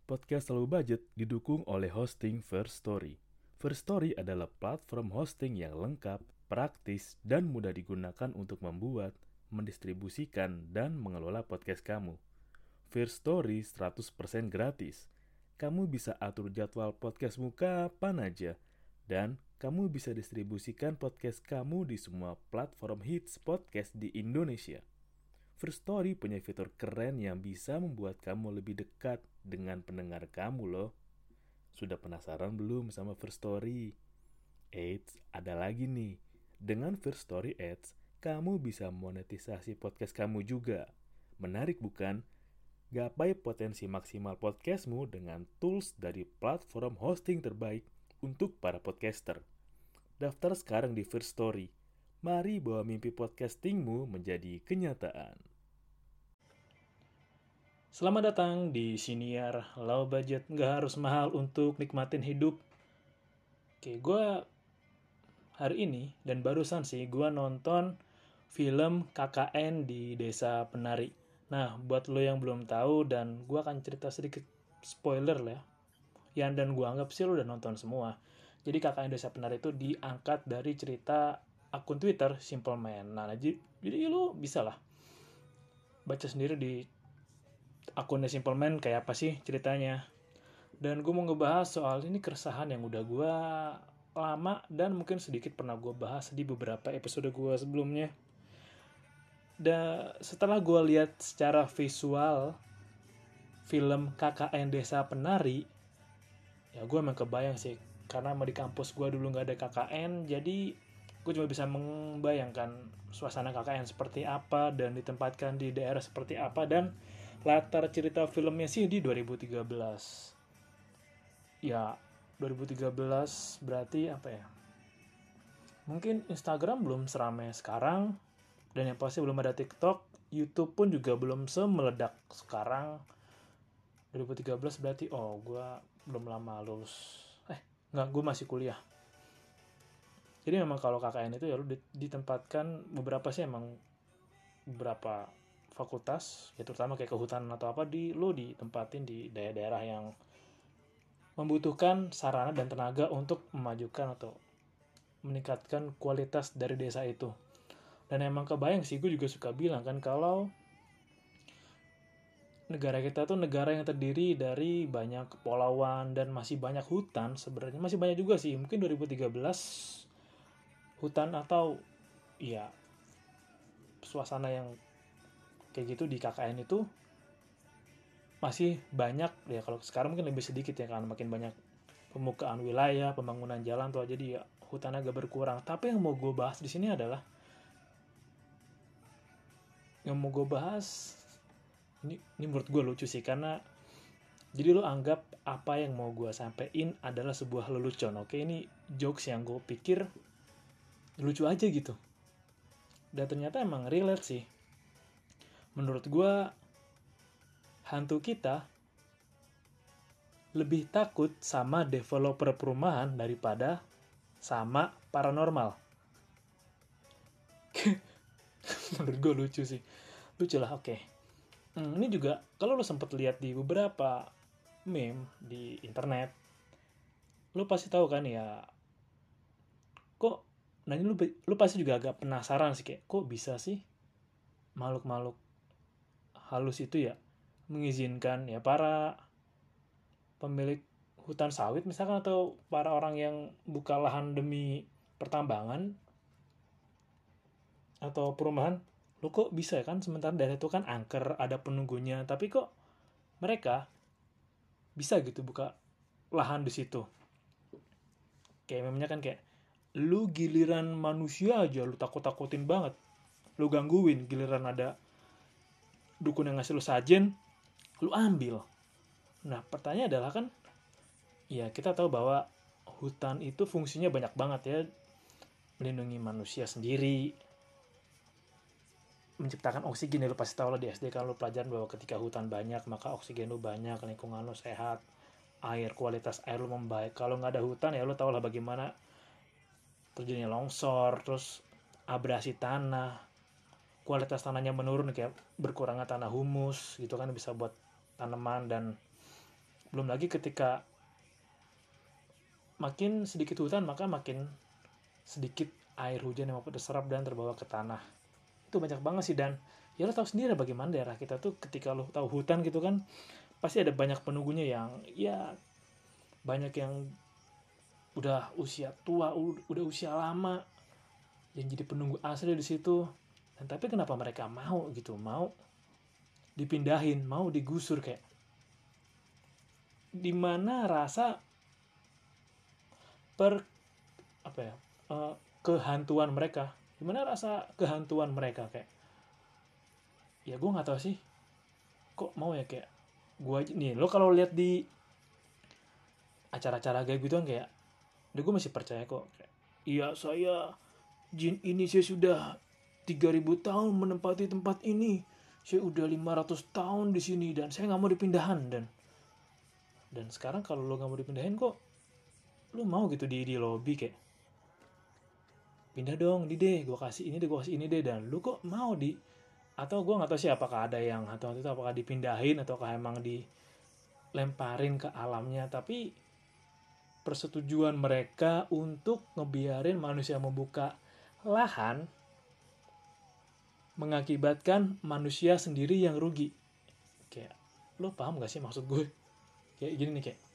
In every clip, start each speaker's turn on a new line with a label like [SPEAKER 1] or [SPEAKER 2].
[SPEAKER 1] Podcast Selalu Budget didukung oleh hosting First Story. First Story adalah platform hosting yang lengkap, praktis, dan mudah digunakan untuk membuat, mendistribusikan, dan mengelola podcast kamu. First Story 100% gratis. Kamu bisa atur jadwal podcastmu kapan aja, dan kamu bisa distribusikan podcast kamu di semua platform hits podcast di Indonesia. First Story punya fitur keren yang bisa membuat kamu lebih dekat dengan pendengar kamu loh. Sudah penasaran belum sama First Story? Eits, ada lagi nih. Dengan First Story Ads, kamu bisa monetisasi podcast kamu juga. Menarik bukan? Gapai potensi maksimal podcastmu dengan tools dari platform hosting terbaik untuk para podcaster. Daftar sekarang di First Story. Mari bawa mimpi podcastingmu menjadi kenyataan. Selamat datang di Siniar Low Budget. Nggak harus mahal untuk nikmatin hidup. Oke, gue hari ini dan barusan sih gue nonton film KKN di Desa Penari. Nah, buat lo yang belum tahu dan gue akan cerita sedikit spoiler lah ya. Yang dan gue anggap sih lo udah nonton semua. Jadi KKN Desa Penari itu diangkat dari cerita akun Twitter Simple Man. Nah, jadi lo bisa lah baca sendiri di akunnya Simple Man kayak apa sih ceritanya. Dan gue mau ngebahas soal ini keresahan yang udah gue lama dan mungkin sedikit pernah gue bahas di beberapa episode gue sebelumnya. Dan setelah gue lihat secara visual film KKN Desa Penari, ya gue emang kebayang sih. Karena di kampus gue dulu gak ada KKN, jadi gue cuma bisa membayangkan suasana KKN seperti apa dan ditempatkan di daerah seperti apa. Dan latar cerita filmnya sih di 2013. Ya, 2013 berarti apa ya? Mungkin Instagram belum seramai sekarang, dan yang pasti belum ada TikTok, YouTube pun juga belum semeledak sekarang. 2013 berarti, gue belum lama lulus. Enggak, gue masih kuliah. Jadi memang kalau KKN itu ya lu ditempatkan beberapa sih emang beberapa fakultas, ya terutama kayak kehutanan atau apa, lu ditempatin di daerah-daerah yang membutuhkan sarana dan tenaga untuk memajukan atau meningkatkan kualitas dari desa itu. Dan emang kebayang sih, gue juga suka bilang kan kalau negara kita tuh negara yang terdiri dari banyak kepulauan dan masih banyak hutan. Sebenarnya masih banyak juga sih, mungkin 2013 hutan atau ya suasana yang kayak gitu di KKN itu masih banyak ya. Kalau sekarang mungkin lebih sedikit ya, karena makin banyak pembukaan wilayah, pembangunan jalan tuh, jadi ya hutan agak berkurang. Tapi yang mau gue bahas di sini adalah ini menurut gue lucu sih, karena jadi lo anggap apa yang mau gue sampein adalah sebuah lelucon. Oke, ini jokes yang gue pikir lucu aja gitu, dan ternyata emang relate sih. Menurut gue, hantu kita lebih takut sama developer perumahan daripada sama paranormal. Menurut gue lucu sih. Lucu lah, oke. Ini juga kalau lo sempet lihat di beberapa meme di internet, lo pasti tahu kan ya, kok, nah ini lo pasti juga agak penasaran sih, kayak kok bisa sih makhluk-makhluk halus itu ya mengizinkan ya para pemilik hutan sawit misalkan atau para orang yang buka lahan demi pertambangan atau perumahan, lo kok bisa kan, sementara daerah itu kan angker, ada penunggunya, tapi kok mereka bisa gitu buka lahan di situ. Kayak memangnya kan kayak lu giliran manusia aja lu takut-takutin banget, lu gangguin, giliran ada dukun yang ngasih lu sajen lu ambil. Nah pertanyaannya adalah kan, ya kita tahu bahwa hutan itu fungsinya banyak banget ya, melindungi manusia sendiri, menciptakan oksigen. Ya lu pasti tahu lah, di SD kan lu pelajaran bahwa ketika hutan banyak maka oksigen lu banyak, lingkungan lu sehat, air, kualitas air lu membaik. Kalau nggak ada hutan ya lu tau lah bagaimana terjadinya longsor, terus abrasi tanah, kualitas tanahnya menurun, kayak berkurangnya tanah humus gitu kan, bisa buat tanaman dan Belum lagi ketika makin sedikit hutan, maka makin sedikit air hujan yang terserap dan terbawa ke tanah. Itu banyak banget sih. Dan ya lo tahu sendiri bagaimana daerah kita tuh, ketika lo tahu hutan gitu kan, pasti ada banyak penunggunya yang ya banyak yang udah usia tua, udah usia lama yang jadi penunggu asli di situ. Dan tapi kenapa mereka mau gitu, mau dipindahin, mau digusur, kayak dimana rasa per apa ya, kehantuan mereka, gimana rasa kehantuan mereka, kayak ya gue nggak tahu sih kok mau ya. Kayak gue aja nih, lo kalau lihat di acara-acara kayak gitu kan, kayak gue masih percaya kok, kayak, iya saya jin ini, saya sudah 3.000 tahun menempati tempat ini, saya udah 500 tahun di sini dan saya nggak mau dipindahan. Dan sekarang kalau lo nggak mau dipindahin, kok lo mau gitu di lobby kayak pindah dong di deh, gue kasih ini deh, gue kasih ini deh, dan lu kok mau di, atau gue nggak tahu sih apakah ada yang hantu-hantu itu apakah dipindahin ataukah emang dilemparin ke alamnya. Tapi persetujuan mereka untuk ngebiarin manusia membuka lahan mengakibatkan manusia sendiri yang rugi. Kayak lo paham gak sih maksud gue? Kayak gini nih, kayak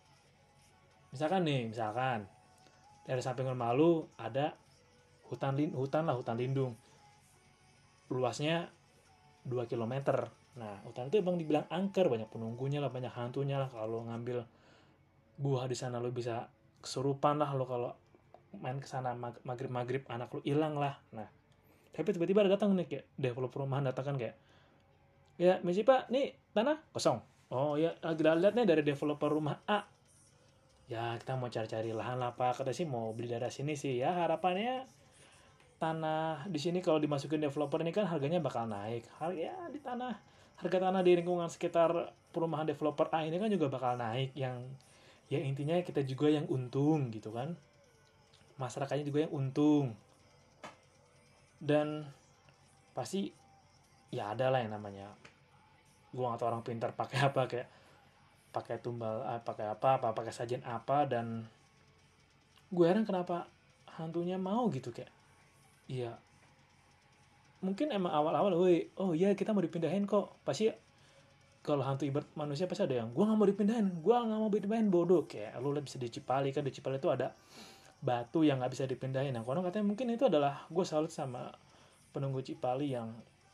[SPEAKER 1] misalkan dari samping rumah lu ada hutan lindung, luasnya 2 kilometer. Nah, hutan itu emang dibilang angker, banyak penunggunya lah, banyak hantunya lah. Kalau ngambil buah di sana lo bisa kesurupan lah, lo kalau main ke sana maghrib anak lo hilang lah. Nah, tapi tiba-tiba ada datang nih kayak developer rumahan datang kan, kayak ya misi pak, nih tanah kosong. Oh ya, kita lihat nih dari developer rumah A, ya kita mau cari-cari lahan lah pak, kata sih mau beli daerah sini sih, ya harapannya tanah di sini kalau dimasukin developer ini kan harganya bakal naik. Harga tanah di lingkungan sekitar perumahan developer A ini kan juga bakal naik, yang ya intinya kita juga yang untung gitu kan, masyarakatnya juga yang untung. Dan pasti ya ada lah yang namanya, gua nggak tahu orang pintar pakai apa, kayak pakai tumbal, pakai apa pakai sajian apa. Dan gue heran kenapa hantunya mau gitu, kayak iya mungkin emang awal-awal, woi oh iya kita mau dipindahin kok, pasti kalau hantu ibarat manusia pasti ada yang gue nggak mau dipindahin bodoh. Kayak lu lihat bisa di Cipali kan, di Cipali itu ada batu yang nggak bisa dipindahin. Nah konon katanya mungkin itu adalah, gue salut sama penunggu Cipali yang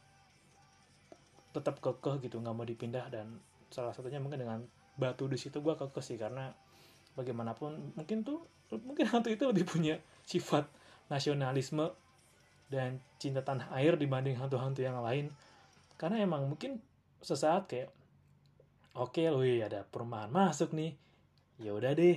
[SPEAKER 1] tetap kekeh gitu nggak mau dipindah. Dan salah satunya mungkin dengan batu di situ gue kekeh sih, karena bagaimanapun mungkin hantu itu lebih punya sifat nasionalisme dan cinta tanah air dibanding hantu-hantu yang lain. Karena emang mungkin sesaat kayak oke, wih ada perumahan masuk nih, ya udah deh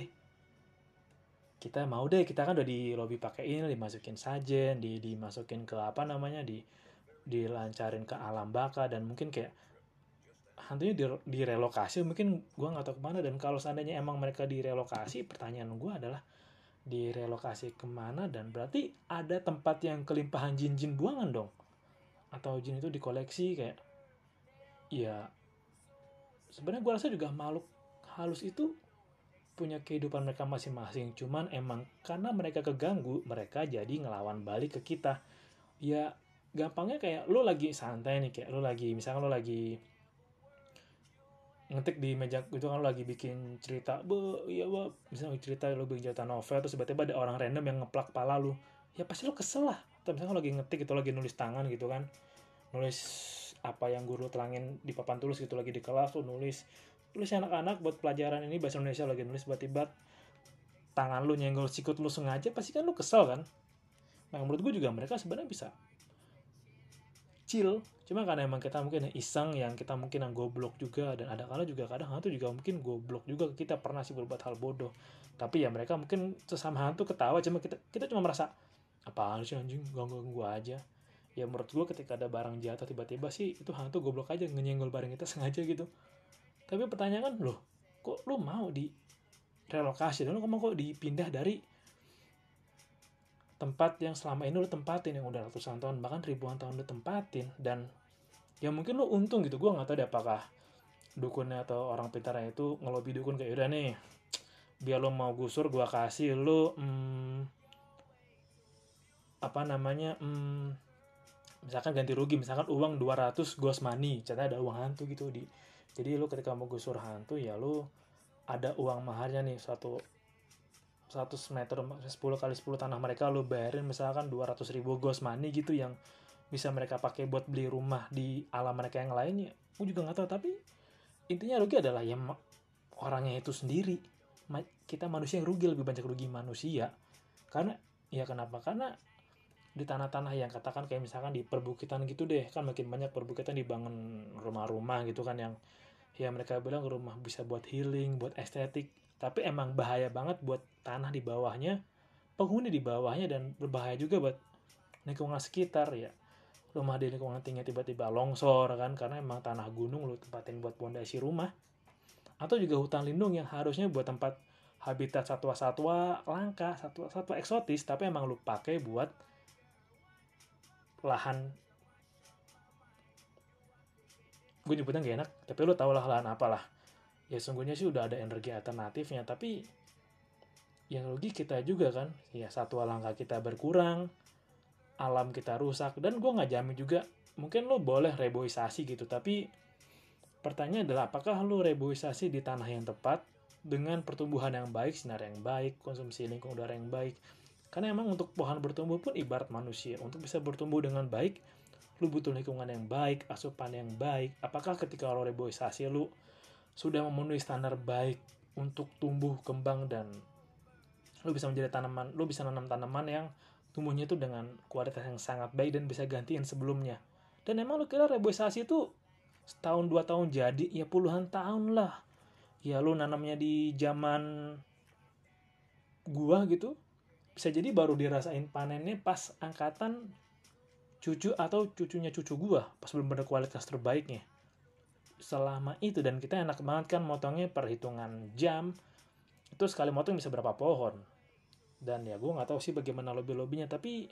[SPEAKER 1] kita mau deh, kita kan udah di lobby pakai ini, dimasukin sajen, dimasukin ke apa namanya, dilancarin ke alam baka. Dan mungkin kayak hantunya direlokasi, mungkin gue nggak tahu kemana. Dan kalau seandainya emang mereka direlokasi, pertanyaan gue adalah direlokasi kemana? Dan berarti ada tempat yang kelimpahan jin-jin buangan dong, atau jin itu dikoleksi. Kayak ya sebenarnya gue rasa juga makhluk halus itu punya kehidupan mereka masing-masing, cuman emang karena mereka keganggu, mereka jadi ngelawan balik ke kita. Ya gampangnya kayak lo lagi santai nih, kayak lo lagi misalkan lo lagi ngetik di meja gitu kan, lo lagi bikin cerita, iya misalnya cerita, lo bikin cerita novel, terus tiba-tiba ada orang random yang ngeplak pala lo, ya pasti lo kesel lah. Atau misalkan lo lagi ngetik gitu, lagi nulis tangan gitu kan, nulis apa yang guru terangin di papan tulis gitu, lagi di kelas lo nulis anak-anak buat pelajaran ini bahasa Indonesia, lagi nulis tiba-tiba tangan lu nyenggol sikut lu sengaja, pasti kan lu kesel kan. Nah menurut gue juga mereka sebenarnya bisa chill, cuma karena emang kita mungkin iseng, yang kita mungkin yang goblok juga. Dan ada kala juga kadang hantu juga mungkin goblok juga, kita pernah sih berbuat hal bodoh. Tapi ya mereka mungkin sesama hantu ketawa, cuma kita cuma merasa apaan sih anjing, ganggu gua aja. Ya menurut gue ketika ada barang jatuh tiba-tiba sih, itu hantu goblok aja nyenggol barang kita sengaja gitu. Tapi pertanyaan kan, loh kok lu mau di relokasi, dan lu kok dipindah dari tempat yang selama ini lu tempatin, yang udah ratusan tahun bahkan ribuan tahun lu tempatin. Dan ya mungkin lu untung gitu, gue nggak tahu deh apakah dukunnya atau orang pintarnya itu ngelobi dukun kayak udah nih, biar lo mau gusur gua kasih lo apa namanya misalkan ganti rugi, misalkan uang 200 ghost money, ternyata ada uang hantu gitu jadi lo ketika mau gusur hantu ya lo ada uang maharnya nih, 100 meter 10 kali 10 tanah mereka lo bayarin misalkan 200.000 ghost money gitu, yang bisa mereka pakai buat beli rumah di alam mereka yang lainnya. Gue juga nggak tahu, tapi intinya rugi adalah ya orangnya itu sendiri. Kita manusia yang rugi, lebih banyak rugi manusia. Karena ya kenapa? Karena di tanah-tanah yang katakan kayak misalkan di perbukitan gitu deh, kan makin banyak perbukitan dibangun rumah-rumah gitu kan, yang ya mereka bilang rumah bisa buat healing, buat estetik, tapi emang bahaya banget buat tanah di bawahnya, penghuni di bawahnya, dan berbahaya juga buat lingkungan sekitar ya. Rumah di lingkungan tinggi tiba-tiba longsor kan, karena emang tanah gunung lu tempatin buat pondasi rumah. Atau juga hutan lindung yang harusnya buat tempat habitat satwa-satwa langka, satwa-satwa eksotis, tapi emang lu pakai buat lahan, gue nyebutnya gak enak, tapi lu tau lah lahan apalah. Ya sungguhnya sih udah ada energi alternatifnya, tapi yang rugi kita juga kan. Ya satwa langka kita berkurang, alam kita rusak, dan gue nggak jamin juga, mungkin lo boleh reboisasi gitu, tapi pertanyaan adalah apakah lo reboisasi di tanah yang tepat dengan pertumbuhan yang baik, sinar yang baik, konsumsi lingkungan udara yang baik. Karena emang untuk pohon bertumbuh pun ibarat manusia, untuk bisa bertumbuh dengan baik lu butuh lingkungan yang baik, asupan yang baik. Apakah ketika lo reboisasi lu sudah memenuhi standar baik untuk tumbuh kembang, dan lu bisa menjadi tanaman, lu bisa nanam tanaman yang tumbuhnya itu dengan kualitas yang sangat baik dan bisa gantiin sebelumnya. Dan emang lu kira reboisasi itu setahun 2 tahun jadi? Ya puluhan tahun lah. Ya lu nanamnya di zaman gua gitu, bisa jadi baru dirasain panennya pas angkatan cucu atau cucunya cucu gua, pas belum ada kualitas terbaiknya. Selama itu, dan kita enak banget kan motongnya perhitungan jam, itu sekali motong bisa berapa pohon. Dan ya gue nggak tahu sih bagaimana lobby-lobbynya, tapi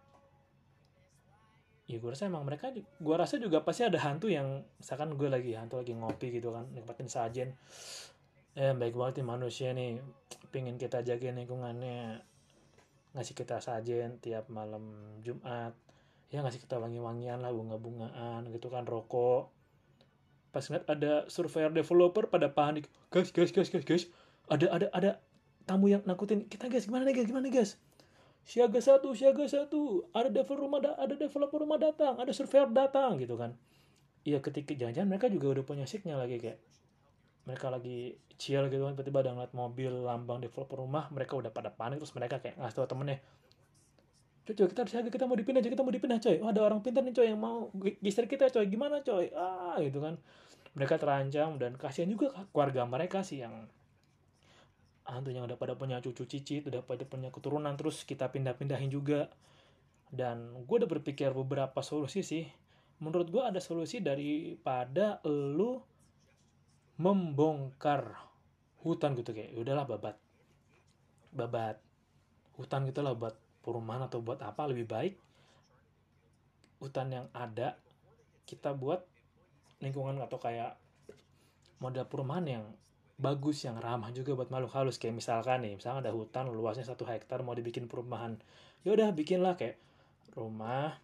[SPEAKER 1] ya gue rasa emang mereka, gue rasa juga pasti ada hantu yang misalkan gue lagi ngopi gitu kan, nikmatin sajen, baik banget nih manusia nih, pingin kita jaga lingkungannya, ngasih kita sajen tiap malam Jumat, ya ngasih kita wangi-wangian lah, bunga-bungaan gitu kan, rokok. Pas ngeliat ada surveyor developer pada panik, guys, ada tamu yang nakutin kita guys, gimana nih guys, siaga satu, ada developer rumah datang, ada surveyor datang gitu kan. Iya, ketika jangan-jangan mereka juga udah punya signal lagi, kayak mereka lagi chill gitu kan, tiba-tiba ada ngeliat mobil lambang developer rumah, mereka udah pada panik, terus mereka kayak ngasih tau temennya, coy kita harus siaga, kita mau dipindah coy, ada orang pintar nih coy yang mau geser kita coy, gimana coy, gitu kan. Mereka terancam, dan kasihan juga keluarga mereka sih yang hantunya udah pada punya cucu cicit, udah pada punya keturunan, terus kita pindah-pindahin juga. Dan gue udah berpikir beberapa solusi sih. Menurut gue ada solusi daripada lu membongkar hutan gitu, kayak udahlah babat hutan gitu lah buat perumahan atau buat apa, lebih baik hutan yang ada kita buat lingkungan, atau kayak model perumahan yang bagus, yang ramah juga buat makhluk halus. Kayak misalkan ada hutan luasnya 1 hektar mau dibikin perumahan, ya udah bikinlah kayak rumah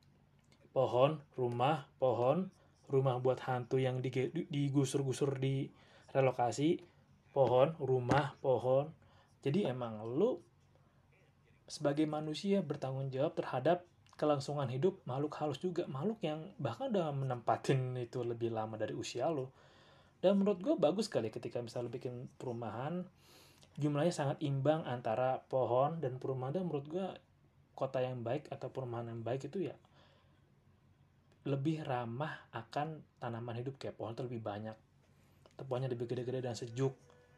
[SPEAKER 1] rumah buat hantu yang digusur-gusur di relokasi, pohon. Jadi emang lu sebagai manusia bertanggung jawab terhadap kelangsungan hidup makhluk halus juga, makhluk yang bahkan udah menempatin itu lebih lama dari usia lo. Dan menurut gue bagus sekali ketika misalnya lu bikin perumahan jumlahnya sangat imbang antara pohon dan perumahan. Dan menurut gue kota yang baik atau perumahan yang baik itu ya lebih ramah akan tanaman hidup, kayak pohon itu lebih banyak, pohonnya lebih gede-gede dan sejuk.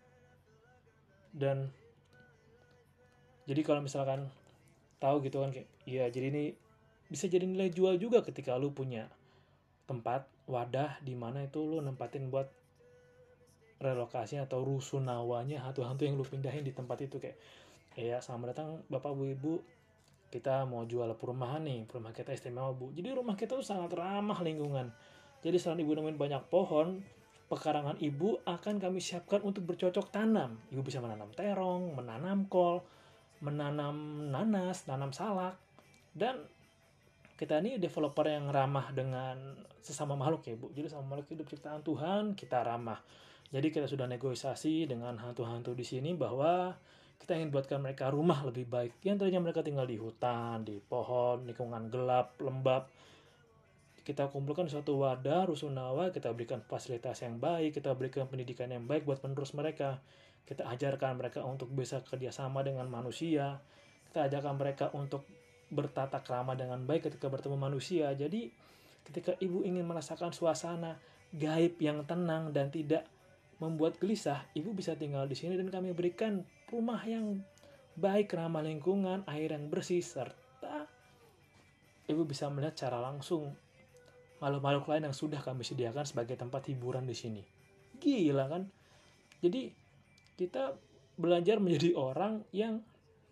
[SPEAKER 1] Dan jadi kalau misalkan tahu gitu kan, kayak ya jadi ini bisa jadi nilai jual juga ketika lu punya tempat wadah di mana itu lu nempatin buat relokasi atau rusunawanya hantu-hantu yang lu pindahin di tempat itu. Kayak ya selamat datang bapak bu ibu, kita mau jual perumahan nih, perumahan kita istimewa bu, jadi rumah kita tuh sangat ramah lingkungan. Jadi selain ibu nemuin banyak pohon, pekarangan ibu akan kami siapkan untuk bercocok tanam. Ibu bisa menanam terong, menanam kol, menanam nanas, nanam salak. Dan kita ini developer yang ramah dengan sesama makhluk ya Bu. Jadi sama makhluk hidup ciptaan Tuhan kita ramah. Jadi kita sudah negosiasi dengan hantu-hantu di sini bahwa kita ingin buatkan mereka rumah lebih baik. Yang tadinya mereka tinggal di hutan, di pohon, lingkungan gelap, lembab. Kita kumpulkan di suatu wadah, rusunawa, kita berikan fasilitas yang baik, kita berikan pendidikan yang baik buat penerus mereka. Kita ajarkan mereka untuk bisa kerjasama dengan manusia. Kita ajarkan mereka untuk bertata krama dengan baik ketika bertemu manusia. Jadi ketika ibu ingin merasakan suasana gaib yang tenang dan tidak membuat gelisah, ibu bisa tinggal di sini dan kami berikan rumah yang baik, ramah lingkungan, air yang bersih, serta ibu bisa melihat secara langsung makhluk-makhluk lain yang sudah kami sediakan sebagai tempat hiburan di sini. Gila kan? Jadi kita belajar menjadi orang yang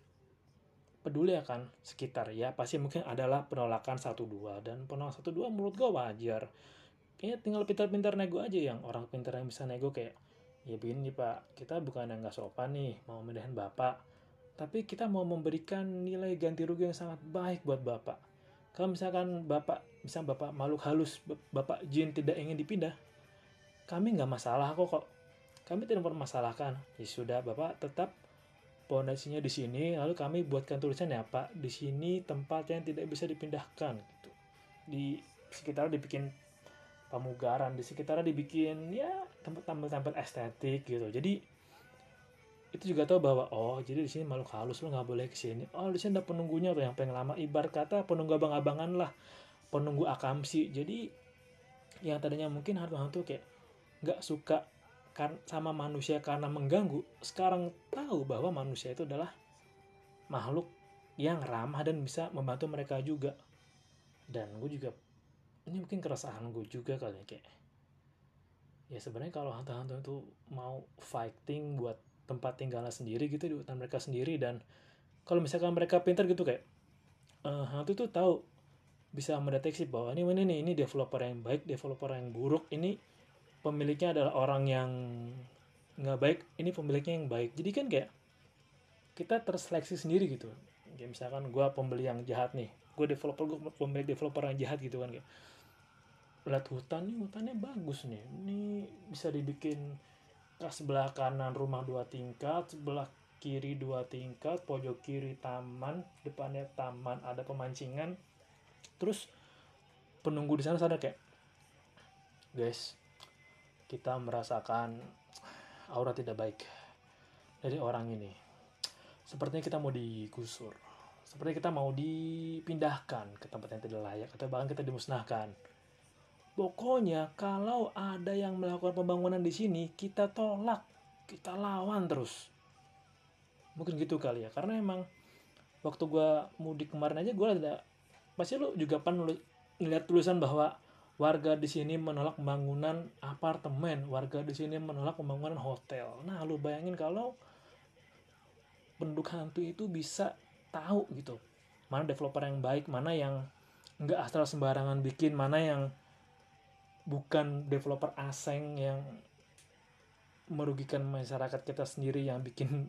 [SPEAKER 1] peduli akan sekitar ya. Pasti mungkin adalah penolakan 1-2 dan penolakan 1-2 menurut gue wajar. Kayaknya tinggal pintar-pintar nego aja, yang orang pintar yang bisa nego kayak, ya begini Pak, kita bukan yang nggak sopan nih mau mindahin Bapak, tapi kita mau memberikan nilai ganti rugi yang sangat baik buat Bapak. Kalau misalkan Bapak makhluk halus, Bapak jin tidak ingin dipindah, kami nggak masalah kok. Kami tidak mempermasalahkan. Ya sudah, Bapak tetap pondasinya di sini, lalu kami buatkan tulisan ya Pak, di sini tempat yang tidak bisa dipindahkan gitu. Di sekitar dibikin pamugaran, di sekitarnya dibikin ya tempat-tempat estetik gitu. Jadi itu juga tahu bahwa jadi di sini makhluk halus, lo nggak boleh kesini. Di sini ada penunggunya tuh yang paling lama, ibarat kata penunggu abang-abangan lah, penunggu akamsi. Jadi yang tadinya mungkin hantu-hantu kayak nggak suka sama manusia karena mengganggu, sekarang tahu bahwa manusia itu adalah makhluk yang ramah dan bisa membantu mereka juga. Dan gue juga, ini mungkin keresahan gue juga kali ya, kayak ya sebenarnya kalau hantu-hantu itu mau fighting buat tempat tinggalnya sendiri gitu di hutan mereka sendiri, dan kalau misalkan mereka pintar gitu kayak hantu tuh tahu, bisa mendeteksi bahwa ini developer yang baik, developer yang buruk, ini pemiliknya adalah orang yang nggak baik, ini pemiliknya yang baik. Jadi kan kayak kita terseleksi sendiri gitu. Kayak misalkan gue pembeli yang jahat nih, gue pemilik developer yang jahat gitu kan, kayak lihat hutan nih, hutannya bagus nih, ini bisa dibikin sebelah kanan rumah 2 tingkat, sebelah kiri 2 tingkat, pojok kiri taman, depannya taman, ada pemancingan. Terus penunggu di sana sadar kayak, guys, kita merasakan aura tidak baik dari orang ini. Sepertinya kita mau digusur. Sepertinya kita mau dipindahkan ke tempat yang tidak layak, atau bahkan kita dimusnahkan. Pokoknya kalau ada yang melakukan pembangunan di sini, kita tolak, kita lawan terus. Mungkin gitu kali ya, karena emang waktu gue mudik kemarin aja, gue ada, pasti lu juga ngeliat tulisan bahwa warga di sini menolak pembangunan apartemen, warga di sini menolak pembangunan hotel. Nah, lu bayangin kalau penduduk hantu itu bisa tahu gitu, mana developer yang baik, mana yang nggak asal sembarangan bikin, mana yang bukan developer asing yang merugikan masyarakat kita sendiri, yang bikin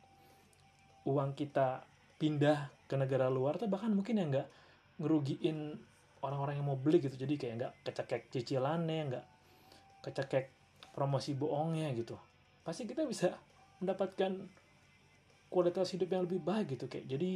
[SPEAKER 1] uang kita pindah ke negara luar, tuh bahkan mungkin yang nggak ngerugiin orang-orang yang mau beli gitu. Jadi kayak nggak kecekek cicilannya, nggak kecekek promosi bohongnya gitu. Pasti kita bisa mendapatkan kualitas hidup yang lebih baik gitu. Kayak jadi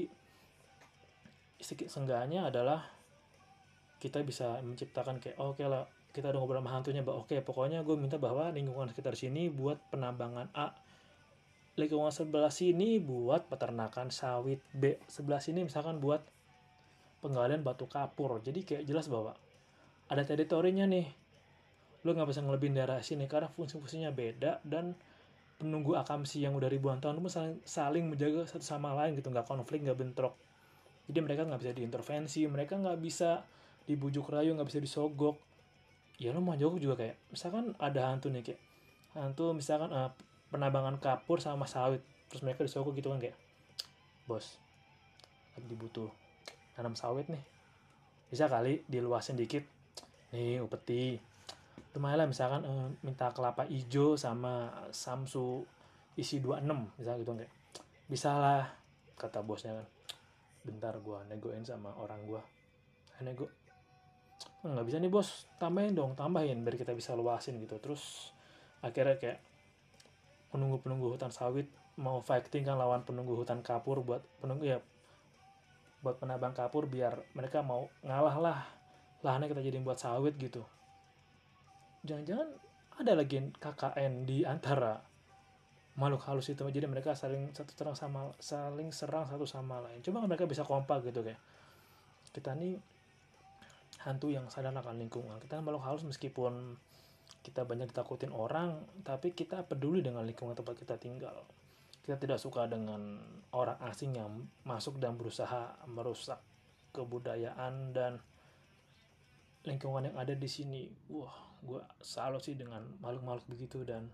[SPEAKER 1] seenggaknya adalah kita bisa menciptakan kayak oke lah, kita udah ngobrol sama hantunya bahwa oke, pokoknya gue minta bahwa lingkungan sekitar sini buat penambangan A, lingkungan sebelah sini buat peternakan sawit B, sebelah sini misalkan buat penggalian batu kapur. Jadi kayak jelas bahwa ada teritorinya nih, lu nggak bisa ngelebihin daerah sini karena fungsi-fungsinya beda, dan penunggu akamsi yang udah ribuan tahun itu saling menjaga satu sama lain gitu, nggak konflik, nggak bentrok. Jadi mereka nggak bisa diintervensi, mereka nggak bisa dibujuk rayu, nggak bisa disogok. Ya lu mau jogok juga kayak misalkan ada hantu nih, kayak hantu misalkan penambangan kapur sama sawit, terus mereka disogok gitu kan, kayak bos lagi dibutuh tanam sawit nih, bisa kali diluasin dikit nih upeti, lumayan lah, misalkan minta kelapa hijau sama samsu isi 26 misalnya gitu, kayak bisa lah kata bosnya kan. Bentar gue negoin sama orang gue, nego, nggak bisa nih bos, tambahin dong, tambahin biar kita bisa luasin gitu. Terus akhirnya kayak penunggu hutan sawit mau fighting kan lawan penunggu hutan kapur, buat penunggu ya, buat penabang kapur, biar mereka mau ngalah lah, lahannya kita jadiin buat sawit gitu. Jangan-jangan ada lagi KKN di antara makhluk halus itu, jadi mereka saling serang satu sama lain. Coba mereka bisa kompak gitu, kayak kita nih hantu yang sadar akan lingkungan. Kita makhluk halus, meskipun kita banyak ditakutin orang, tapi kita peduli dengan lingkungan tempat kita tinggal. Kita tidak suka dengan orang asing yang masuk dan berusaha merusak kebudayaan dan lingkungan yang ada di sini. Wah, gue salut sih dengan makhluk-makhluk begitu. Dan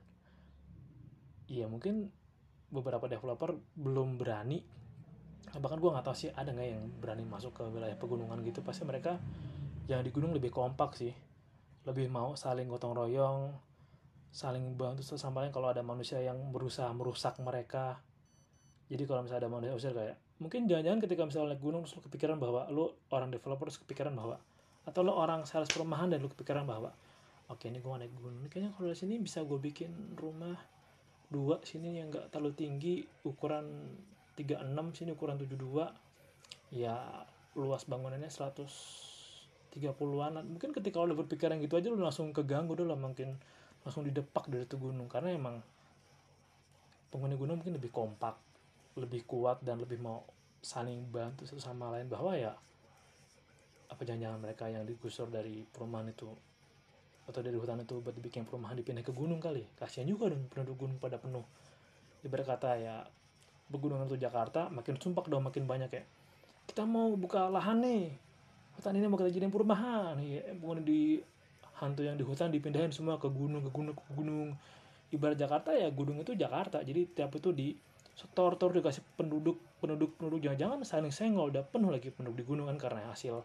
[SPEAKER 1] iya, mungkin beberapa developer belum berani, bahkan gue nggak tahu sih ada nggak yang berani masuk ke wilayah pegunungan gitu. Pasti mereka yang di gunung lebih kompak sih, lebih mau saling gotong royong, saling bantu sama lain kalau ada manusia yang berusaha merusak mereka. Jadi kalau misalnya ada manusia usir, kayak mungkin jangan-jangan ketika misalnya naik gunung terus lu kepikiran bahwa lu orang developer, terus kepikiran bahwa, atau lu orang sales perumahan dan lu kepikiran bahwa oke, ini gue naik gunung, ini kayaknya kalau di sini bisa gue bikin rumah 2 sini yang nggak terlalu tinggi, ukuran 36, sini ukuran 72, ya luas bangunannya 130-an. Mungkin ketika lo berpikiran gitu aja lo langsung keganggu dulu, mungkin langsung didepak dari itu gunung, karena emang penghuni gunung mungkin lebih kompak, lebih kuat, dan lebih mau saling bantu satu sama lain. Bahwa ya, apa jangan-jangan mereka yang digusur dari perumahan itu atau dari hutan itu buat dibikin perumahan dipindah ke gunung kali. Kasian juga dong penduduk gunung pada penuh. Ibarat kata ya, pegunungan itu Jakarta, makin sumpah dong, makin banyak kayak kita mau buka lahan nih, hutan ini mau kita jadiin perumahan, ya, bukan di hantu yang di hutan dipindahin semua ke gunung, ke gunung, ke gunung. Ibarat Jakarta ya, gunung itu Jakarta, jadi tiap itu di setor-tor dikasih penduduk, jangan-jangan saling senggol, udah penuh lagi penduduk di gunung kan, karena hasil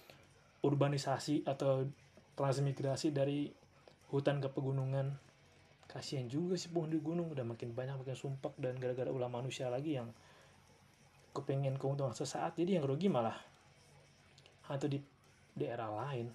[SPEAKER 1] urbanisasi atau transmigrasi dari hutan ke pegunungan. Kasian juga sih penghuni gunung, udah makin banyak, makin sumpah, dan gara-gara ulah manusia lagi yang kepengen keuntungan sesaat, jadi yang rugi malah hantu di daerah lain.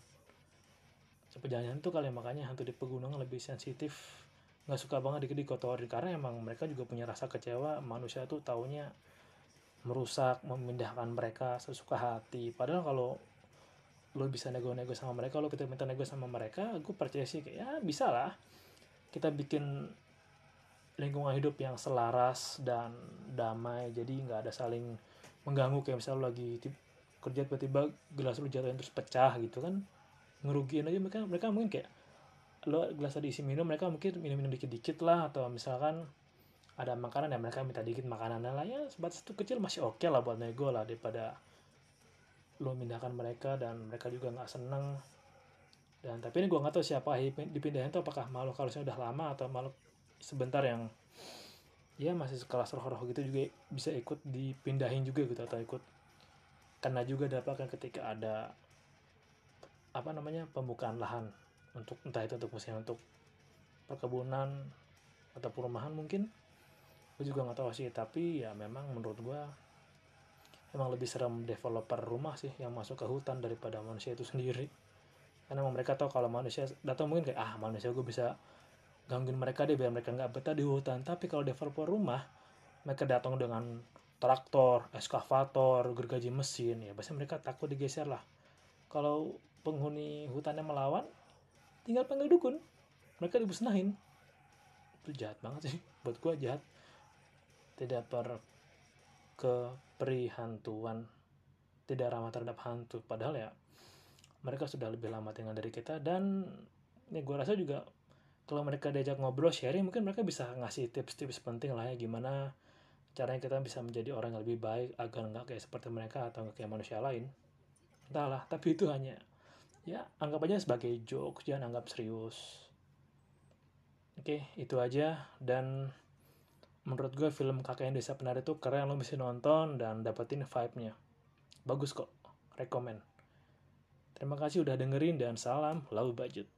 [SPEAKER 1] Sampai jangan-jangan itu kali, makanya hantu di pegunungan lebih sensitif, nggak suka banget dikotorin, karena emang mereka juga punya rasa kecewa. Manusia tuh taunya merusak, memindahkan mereka sesuka hati. Padahal kalau lo bisa nego-nego sama mereka, lo kita minta nego sama mereka, gue percaya sih kayak ya bisa lah kita bikin lingkungan hidup yang selaras dan damai, jadi nggak ada saling mengganggu. Kayak misalnya lo lagi kerja, tiba-tiba gelas lo jatuhin terus pecah gitu kan, ngerugiin aja mereka mungkin kayak lo gelasnya diisi minum, mereka mungkin minum dikit-dikit lah, atau misalkan ada makanan ya mereka minta dikit makanannya lah, ya sebatas itu kecil masih oke lah buat nego lah, daripada lo mindahkan mereka dan mereka juga nggak seneng. Dan tapi ini gue nggak tahu siapa dipindahin tuh, apakah makhluk halusnya udah lama atau makhluk sebentar yang ya masih sekelas roh-roh gitu juga bisa ikut dipindahin juga gitu, atau ikut kena juga dapatkan ketika ada apa namanya pembukaan lahan untuk entah itu untuk misalnya untuk perkebunan atau perumahan mungkin. Gue juga nggak tahu sih, tapi ya memang menurut gue emang lebih serem developer rumah sih yang masuk ke hutan daripada manusia itu sendiri. Karena emang mereka tahu kalau manusia datang mungkin kayak manusia gue bisa gangguin mereka deh biar mereka nggak betah di hutan. Tapi kalau developer rumah, mereka datang dengan traktor, eskavator, gergaji mesin, ya pasti mereka takut digeser lah. Kalau penghuni hutannya melawan, tinggal panggil dukun, mereka dibusnahin. Itu jahat banget sih, buat gue jahat. Tidak keperihantuan, tidak ramah terhadap hantu, padahal ya mereka sudah lebih lama tinggal dari kita. Dan ini gue rasa juga kalau mereka diajak ngobrol sharing, mungkin mereka bisa ngasih tips-tips penting lah ya, gimana caranya kita bisa menjadi orang yang lebih baik agar nggak kayak seperti mereka atau nggak kayak manusia lain. Entahlah, tapi itu hanya ya anggap aja sebagai joke, jangan anggap serius. Oke, itu aja. Dan menurut gue film Kakek Desa Penari itu keren, lo mesti nonton dan dapetin vibe-nya. Bagus kok, rekomen. Terima kasih udah dengerin dan salam low budget.